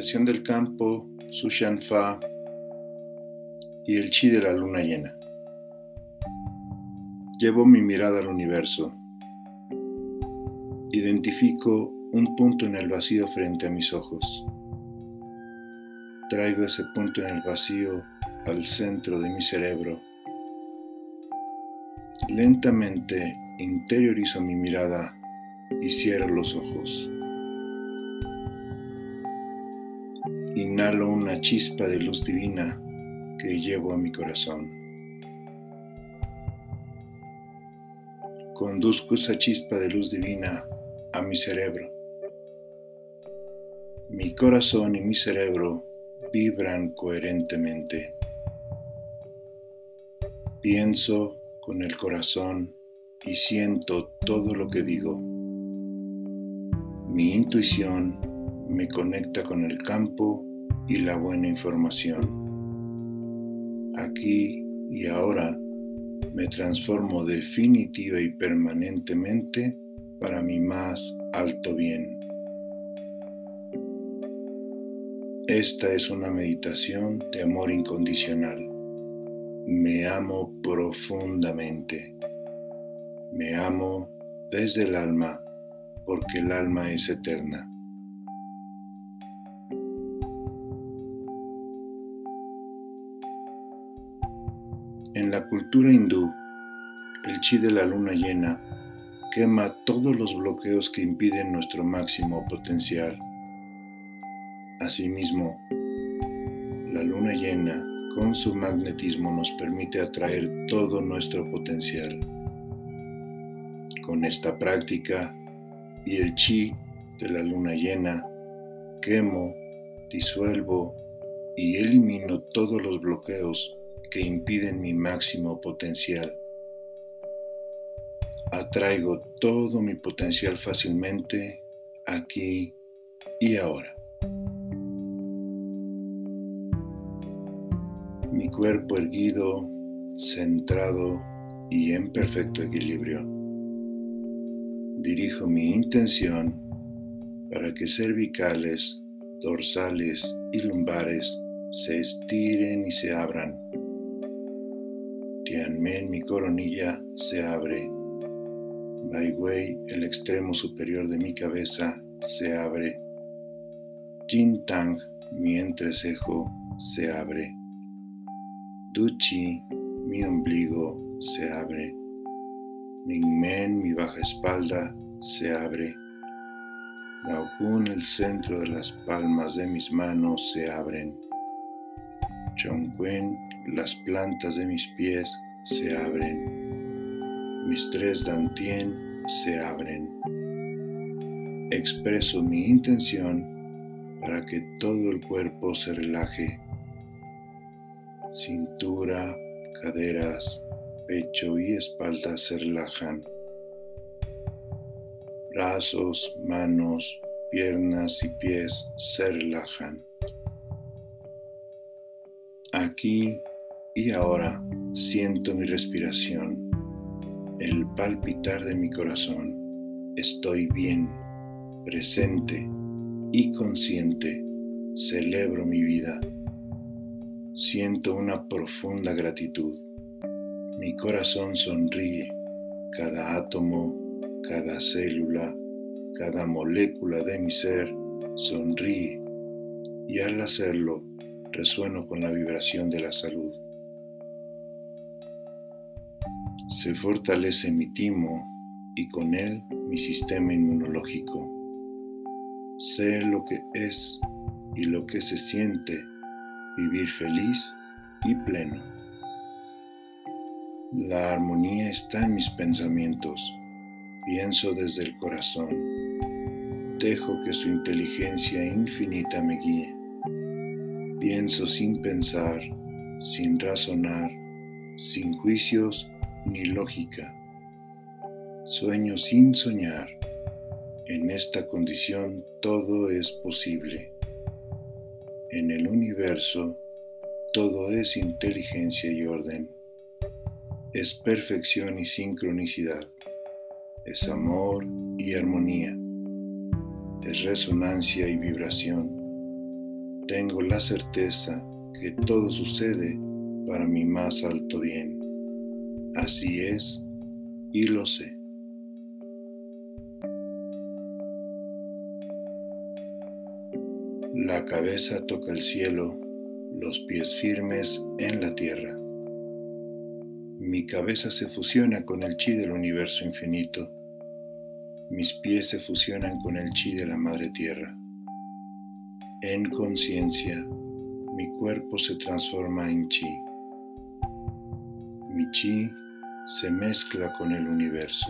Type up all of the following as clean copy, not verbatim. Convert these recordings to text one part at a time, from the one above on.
meditación del campo, Sushan Fa y el chi de la luna llena. Llevo mi mirada al universo. Identifico un punto en el vacío frente a mis ojos. Traigo ese punto en el vacío al centro de mi cerebro. Lentamente interiorizo mi mirada y cierro los ojos. Inhalo una chispa de luz divina que llevo a mi corazón. Conduzco esa chispa de luz divina a mi cerebro. Mi corazón y mi cerebro vibran coherentemente. Pienso con el corazón y siento todo lo que digo. Mi intuición me conecta con el campo y la buena información. Aquí y ahora me transformo definitiva y permanentemente para mi más alto bien. Esta es una meditación de amor incondicional. Me amo profundamente. Me amo desde el alma porque el alma es eterna. En la cultura hindú, el chi de la luna llena quema todos los bloqueos que impiden nuestro máximo potencial. Asimismo, la luna llena con su magnetismo nos permite atraer todo nuestro potencial. Con esta práctica y el chi de la luna llena, quemo, disuelvo y elimino todos los bloqueos que impiden mi máximo potencial. Atraigo todo mi potencial fácilmente aquí y ahora. Mi cuerpo erguido, centrado y en perfecto equilibrio. Dirijo mi intención para que cervicales, dorsales y lumbares se estiren y se abran. Tianmen, mi coronilla, se abre. Bai Wei, el extremo superior de mi cabeza, se abre. Jin Tang, mi entrecejo, se abre. Du Chi, mi ombligo, se abre. Ming Men, mi baja espalda, se abre. Lao Kun, el centro de las palmas de mis manos, se abren. Chong Quen, las plantas de mis pies, se abren. Mis 3 Dantien se abren. Expreso mi intención para que todo el cuerpo se relaje. Cintura, caderas, pecho y espalda se relajan. Brazos, manos, piernas y pies se relajan. Aquí y ahora siento mi respiración, el palpitar de mi corazón. Estoy bien, presente y consciente. Celebro mi vida. Siento una profunda gratitud. Mi corazón sonríe. Cada átomo, cada célula, cada molécula de mi ser sonríe. Y al hacerlo, resueno con la vibración de la salud. Se fortalece mi timo y con él mi sistema inmunológico. Sé lo que es y lo que se siente vivir feliz y pleno. La armonía está en mis pensamientos. Pienso desde el corazón. Dejo que su inteligencia infinita me guíe. Pienso sin pensar, sin razonar, sin juicios ni lógica. Sueño sin soñar. En esta condición todo es posible. En el universo todo es inteligencia y orden. Es perfección y sincronicidad. Es amor y armonía. Es resonancia y vibración. tengo la certeza que todo sucede para mi más alto bien. Así es, y lo sé. La cabeza toca el cielo, los pies firmes en la tierra. Mi cabeza se fusiona con el chi del universo infinito. Mis pies se fusionan con el chi de la Madre Tierra. En conciencia, mi cuerpo se transforma en chi. Mi chi se mezcla con el universo.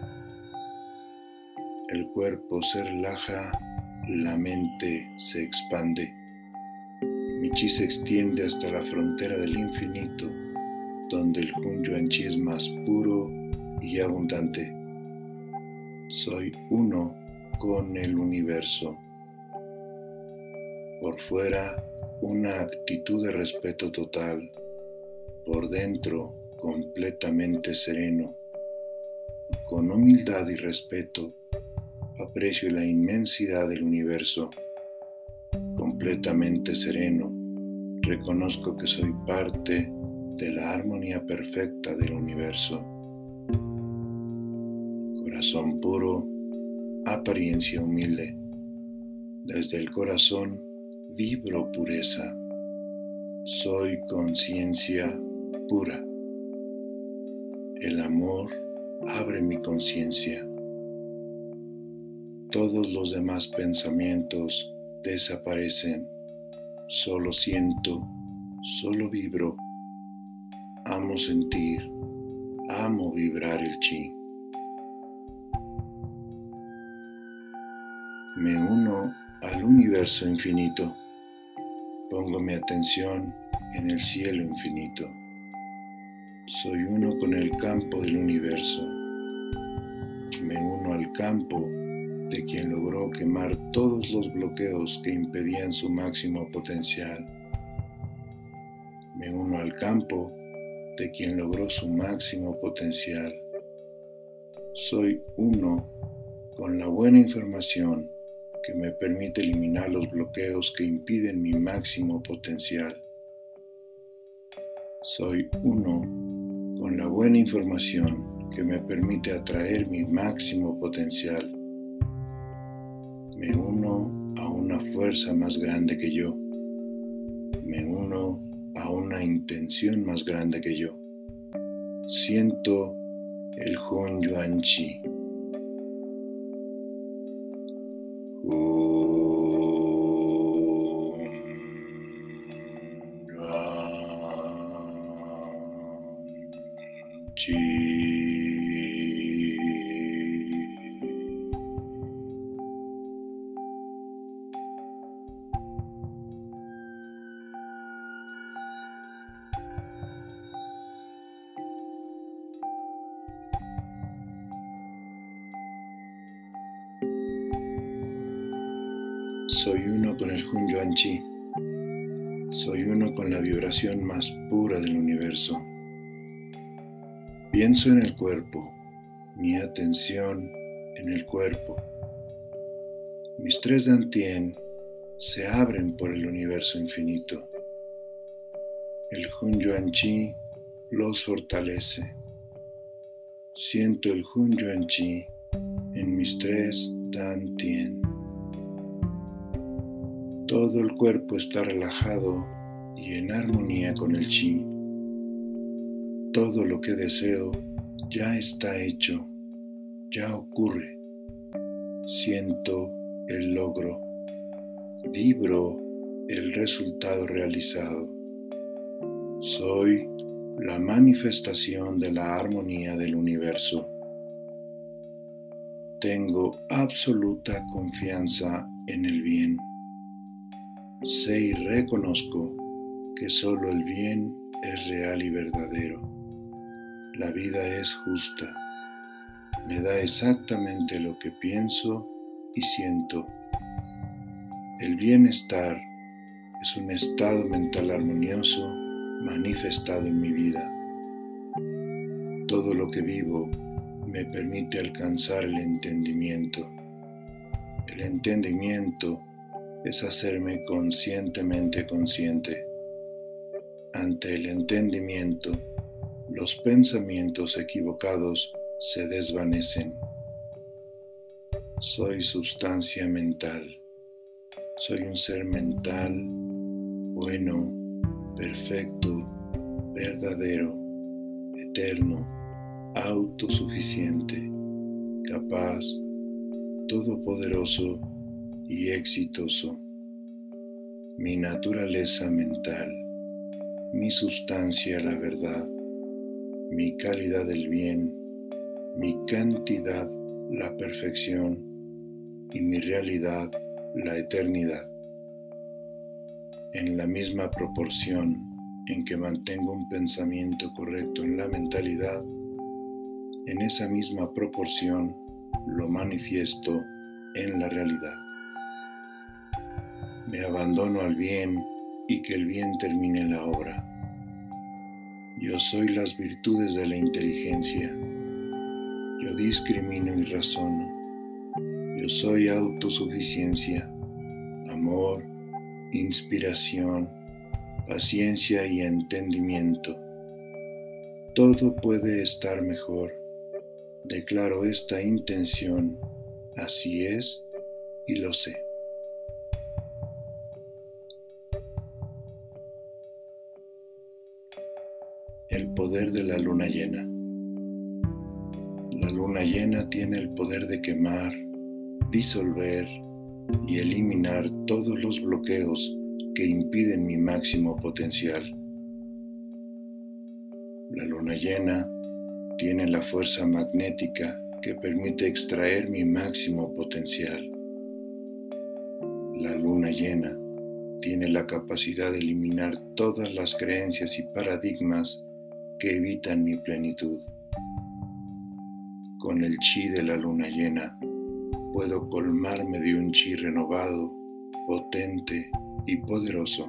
El cuerpo se relaja, la mente se expande. Mi chi se extiende hasta la frontera del infinito, donde el Hun Yuan Chi es más puro y abundante. Soy uno con el universo. Por fuera, una actitud de respeto total. Por dentro, completamente sereno. Con humildad y respeto, aprecio la inmensidad del universo. Completamente sereno, reconozco que soy parte de la armonía perfecta del universo. Corazón puro, apariencia humilde. Desde el corazón vibro pureza. Soy conciencia pura. El amor abre mi conciencia. Todos los demás pensamientos desaparecen. Solo siento, solo vibro. Amo sentir, amo vibrar el chi. Me uno al universo infinito. Pongo mi atención en el cielo infinito. Soy uno con el campo del universo. Me uno al campo de quien logró quemar todos los bloqueos que impedían su máximo potencial. Me uno al campo de quien logró su máximo potencial. Soy uno con la buena información que me permite eliminar los bloqueos que impiden mi máximo potencial. Soy uno con la buena información que me permite atraer mi máximo potencial. Me uno a una fuerza más grande que yo. Me uno a una intención más grande que yo. Siento el Hun Yuan Chi. Soy uno con el Hun Yuan Chi. Soy uno con la vibración más pura del universo. Pienso en el cuerpo, mi atención en el cuerpo. Mis tres Dantien se abren por el universo infinito. El Hun Yuan Chi los fortalece. Siento el Hun Yuan Chi en mis tres Dantien. Todo el cuerpo está relajado y en armonía con el Chi. Todo lo que deseo ya está hecho, ya ocurre. Siento el logro, vibro el resultado realizado. Soy la manifestación de la armonía del universo. Tengo absoluta confianza en el bien. Sé y reconozco que solo el bien es real y verdadero. La vida es justa. Me da exactamente lo que pienso y siento. El bienestar es un estado mental armonioso manifestado en mi vida. Todo lo que vivo me permite alcanzar el entendimiento. El entendimiento es hacerme conscientemente consciente. Ante el entendimiento, los pensamientos equivocados se desvanecen. Soy sustancia mental. Soy un ser mental, bueno, perfecto, verdadero, eterno, autosuficiente, capaz, todopoderoso y exitoso. Mi naturaleza mental, mi sustancia la verdad, mi calidad el bien, mi cantidad la perfección y mi realidad la eternidad. En la misma proporción en que mantengo un pensamiento correcto en la mentalidad, en esa misma proporción lo manifiesto en la realidad. Me abandono al bien y que el bien termine la obra. Yo soy las virtudes de la inteligencia. Yo discrimino y razono. Yo soy autosuficiencia, amor, inspiración, paciencia y entendimiento. Todo puede estar mejor. Declaro esta intención, así es, y lo sé. El poder de la luna llena. La luna llena tiene el poder de quemar, disolver y eliminar todos los bloqueos que impiden mi máximo potencial. La luna llena tiene la fuerza magnética que permite extraer mi máximo potencial. La luna llena tiene la capacidad de eliminar todas las creencias y paradigmas que evitan mi plenitud. Con el chi de la luna llena, puedo colmarme de un chi renovado, potente y poderoso.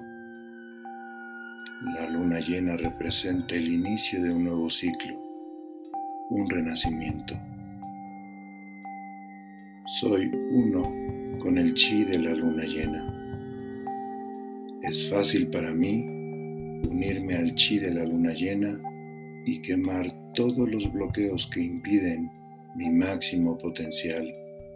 La luna llena representa el inicio de un nuevo ciclo, un renacimiento. Soy uno con el chi de la luna llena. Es fácil para mí unirme al chi de la luna llena y quemar todos los bloqueos que impiden mi máximo potencial.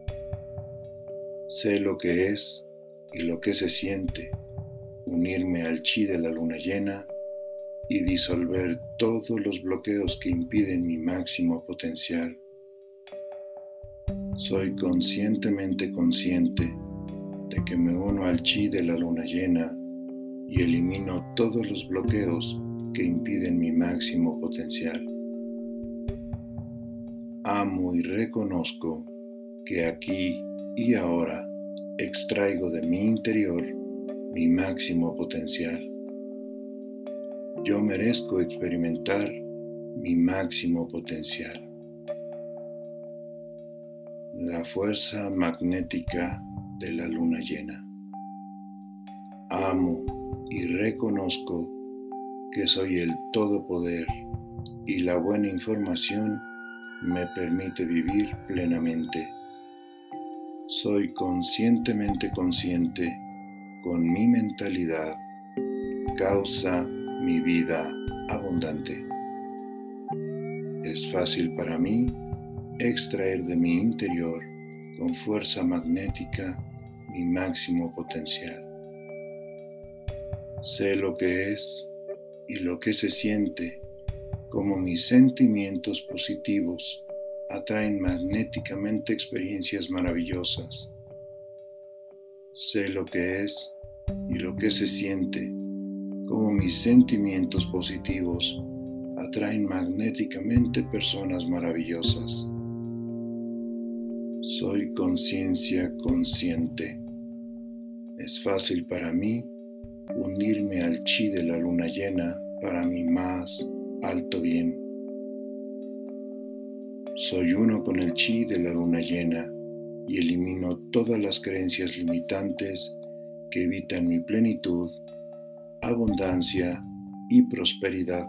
Sé lo que es y lo que se siente unirme al chi de la luna llena y disolver todos los bloqueos que impiden mi máximo potencial. Soy conscientemente consciente de que me uno al chi de la luna llena y elimino todos los bloqueos que impiden mi máximo potencial. Amo y reconozco que aquí y ahora extraigo de mi interior mi máximo potencial. Yo merezco experimentar mi máximo potencial. La fuerza magnética de la luna llena. Amo y reconozco que soy el todopoder y la buena información me permite vivir plenamente. Soy conscientemente consciente con mi mentalidad, causa mi vida abundante. Es fácil para mí extraer de mi interior con fuerza magnética mi máximo potencial. Sé lo que es y lo que se siente, como mis sentimientos positivos atraen magnéticamente experiencias maravillosas. Sé lo que es y lo que se siente, como mis sentimientos positivos atraen magnéticamente personas maravillosas. Soy conciencia consciente. Es fácil para mí unirme al chi de la luna llena para mi más alto bien. Soy uno con el chi de la luna llena y elimino todas las creencias limitantes que evitan mi plenitud, abundancia y prosperidad.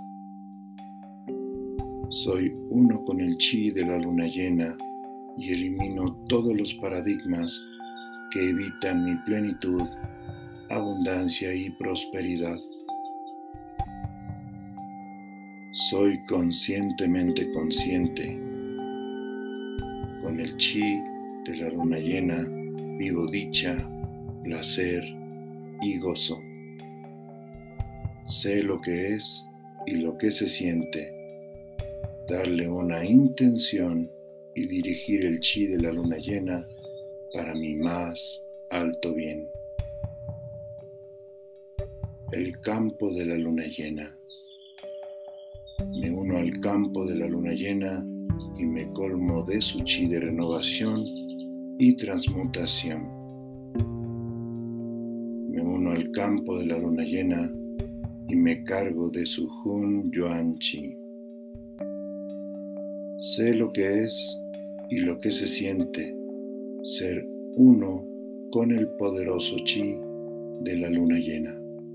Soy uno con el chi de la luna llena y elimino todos los paradigmas que evitan mi plenitud, abundancia y prosperidad. Soy conscientemente consciente. Con el chi de la luna llena vivo dicha, placer y gozo. Sé lo que es y lo que se siente. Darle una intención y dirigir el chi de la luna llena para mi más alto bien. El campo de la luna llena. Me uno al campo de la luna llena y me colmo de su chi de renovación y transmutación. Me uno al campo de la luna llena y me cargo de su Hun Yuan Chi. Sé lo que es y lo que se siente ser uno con el poderoso chi de la luna llena.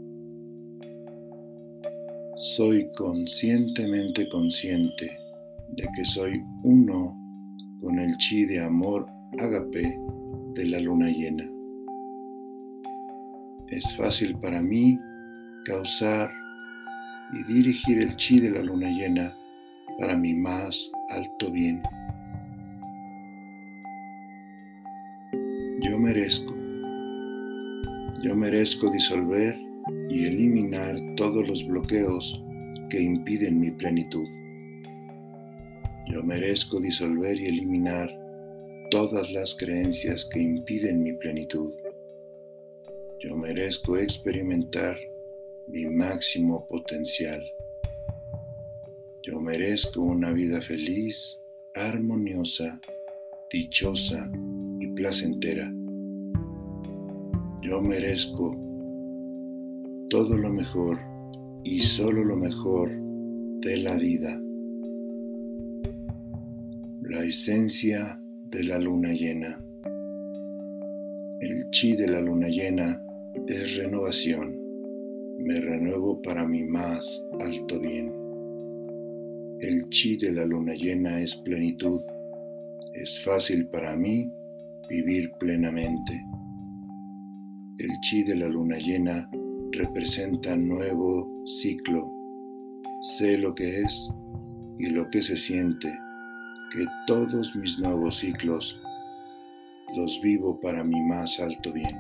Soy conscientemente consciente de que soy uno con el chi de amor ágape de la luna llena. Es fácil para mí causar y dirigir el chi de la luna llena para mi más alto bien. Yo merezco disolver y eliminar todos los bloqueos que impiden mi plenitud. Yo merezco disolver y eliminar todas las creencias que impiden mi plenitud. Yo merezco experimentar mi máximo potencial. Yo merezco una vida feliz, armoniosa, dichosa y placentera. Yo merezco todo lo mejor y solo lo mejor de la vida. La esencia de la luna llena. El chi de la luna llena es renovación. Me renuevo para mi más alto bien. El chi de la luna llena es plenitud. Es fácil para mí vivir plenamente. El chi de la luna llena representa nuevo ciclo. Sé lo que es y lo que se siente, que todos mis nuevos ciclos los vivo para mi más alto bien.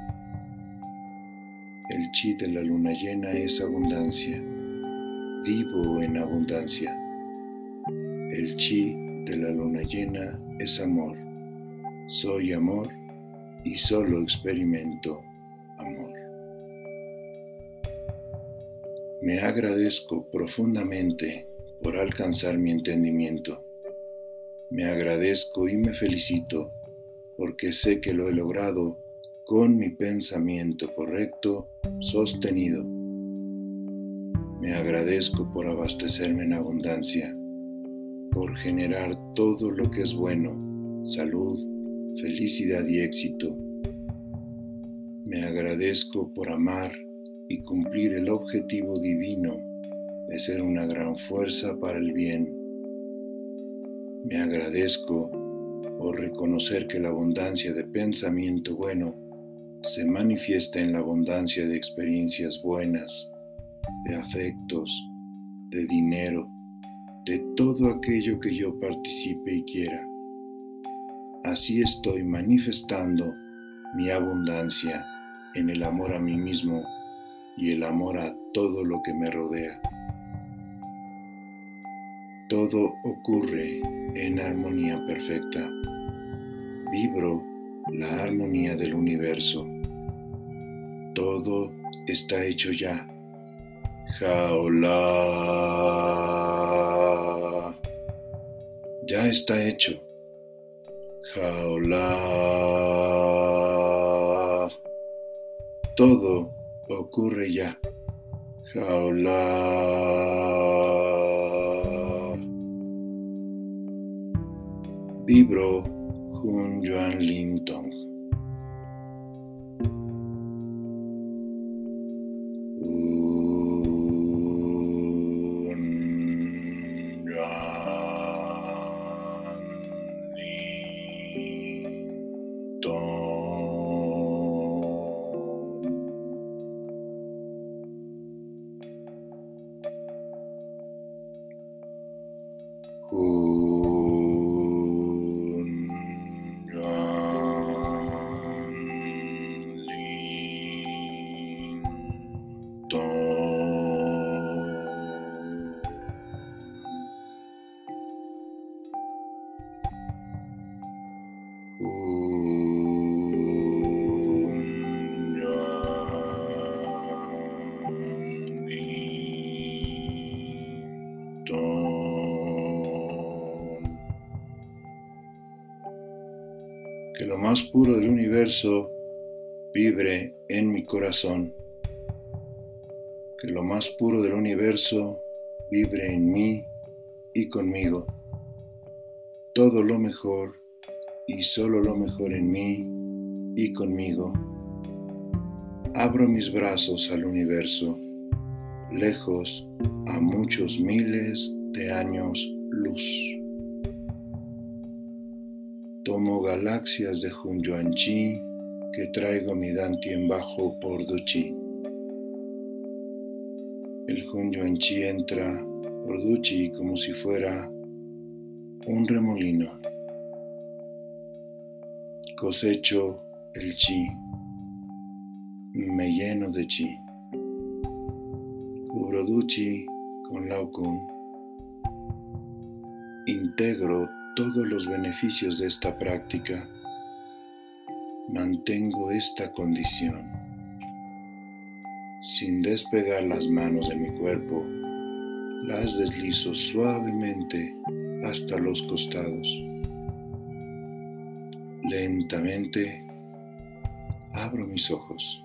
El chi de la luna llena es abundancia. Vivo en abundancia. El chi de la luna llena es amor. Soy amor y solo experimento amor. Me agradezco profundamente por alcanzar mi entendimiento. Me agradezco y me felicito porque sé que lo he logrado con mi pensamiento correcto, sostenido. Me agradezco por abastecerme en abundancia, por generar todo lo que es bueno, salud, felicidad y éxito. Me agradezco por amar y cumplir el objetivo divino de ser una gran fuerza para el bien. Me agradezco por reconocer que la abundancia de pensamiento bueno se manifiesta en la abundancia de experiencias buenas, de afectos, de dinero, de todo aquello que yo participe y quiera. Así estoy manifestando mi abundancia en el amor a mí mismo y el amor a todo lo que me rodea. Todo ocurre en armonía perfecta. Vibro la armonía del universo. Todo está hecho ya. Jaola. Ya está hecho. Jaola. Todo ocurre ya. Jaola. Vibro Hun Yuan Lin Tong. Hun Yuan Lin Tong. Hun Yuan Lin Ton Hun Yuan Lin Ton. Que lo más puro del universo vibre en mi corazón. Que lo más puro del universo vibre en mí y conmigo. Todo lo mejor y solo lo mejor en mí y conmigo. Abro mis brazos al universo, lejos a muchos miles de años luz. Tomo galaxias de Hunyuan Chi que traigo mi Dantien bajo por Duchi. El Hunyuan Chi entra por Duchi como si fuera un remolino. Cosecho el Chi. Me lleno de Chi. Cubro Duchi con Laokun. Integro todos los beneficios de esta práctica. Mantengo esta condición. Sin despegar las manos de mi cuerpo, las deslizo suavemente hasta los costados. Lentamente abro mis ojos.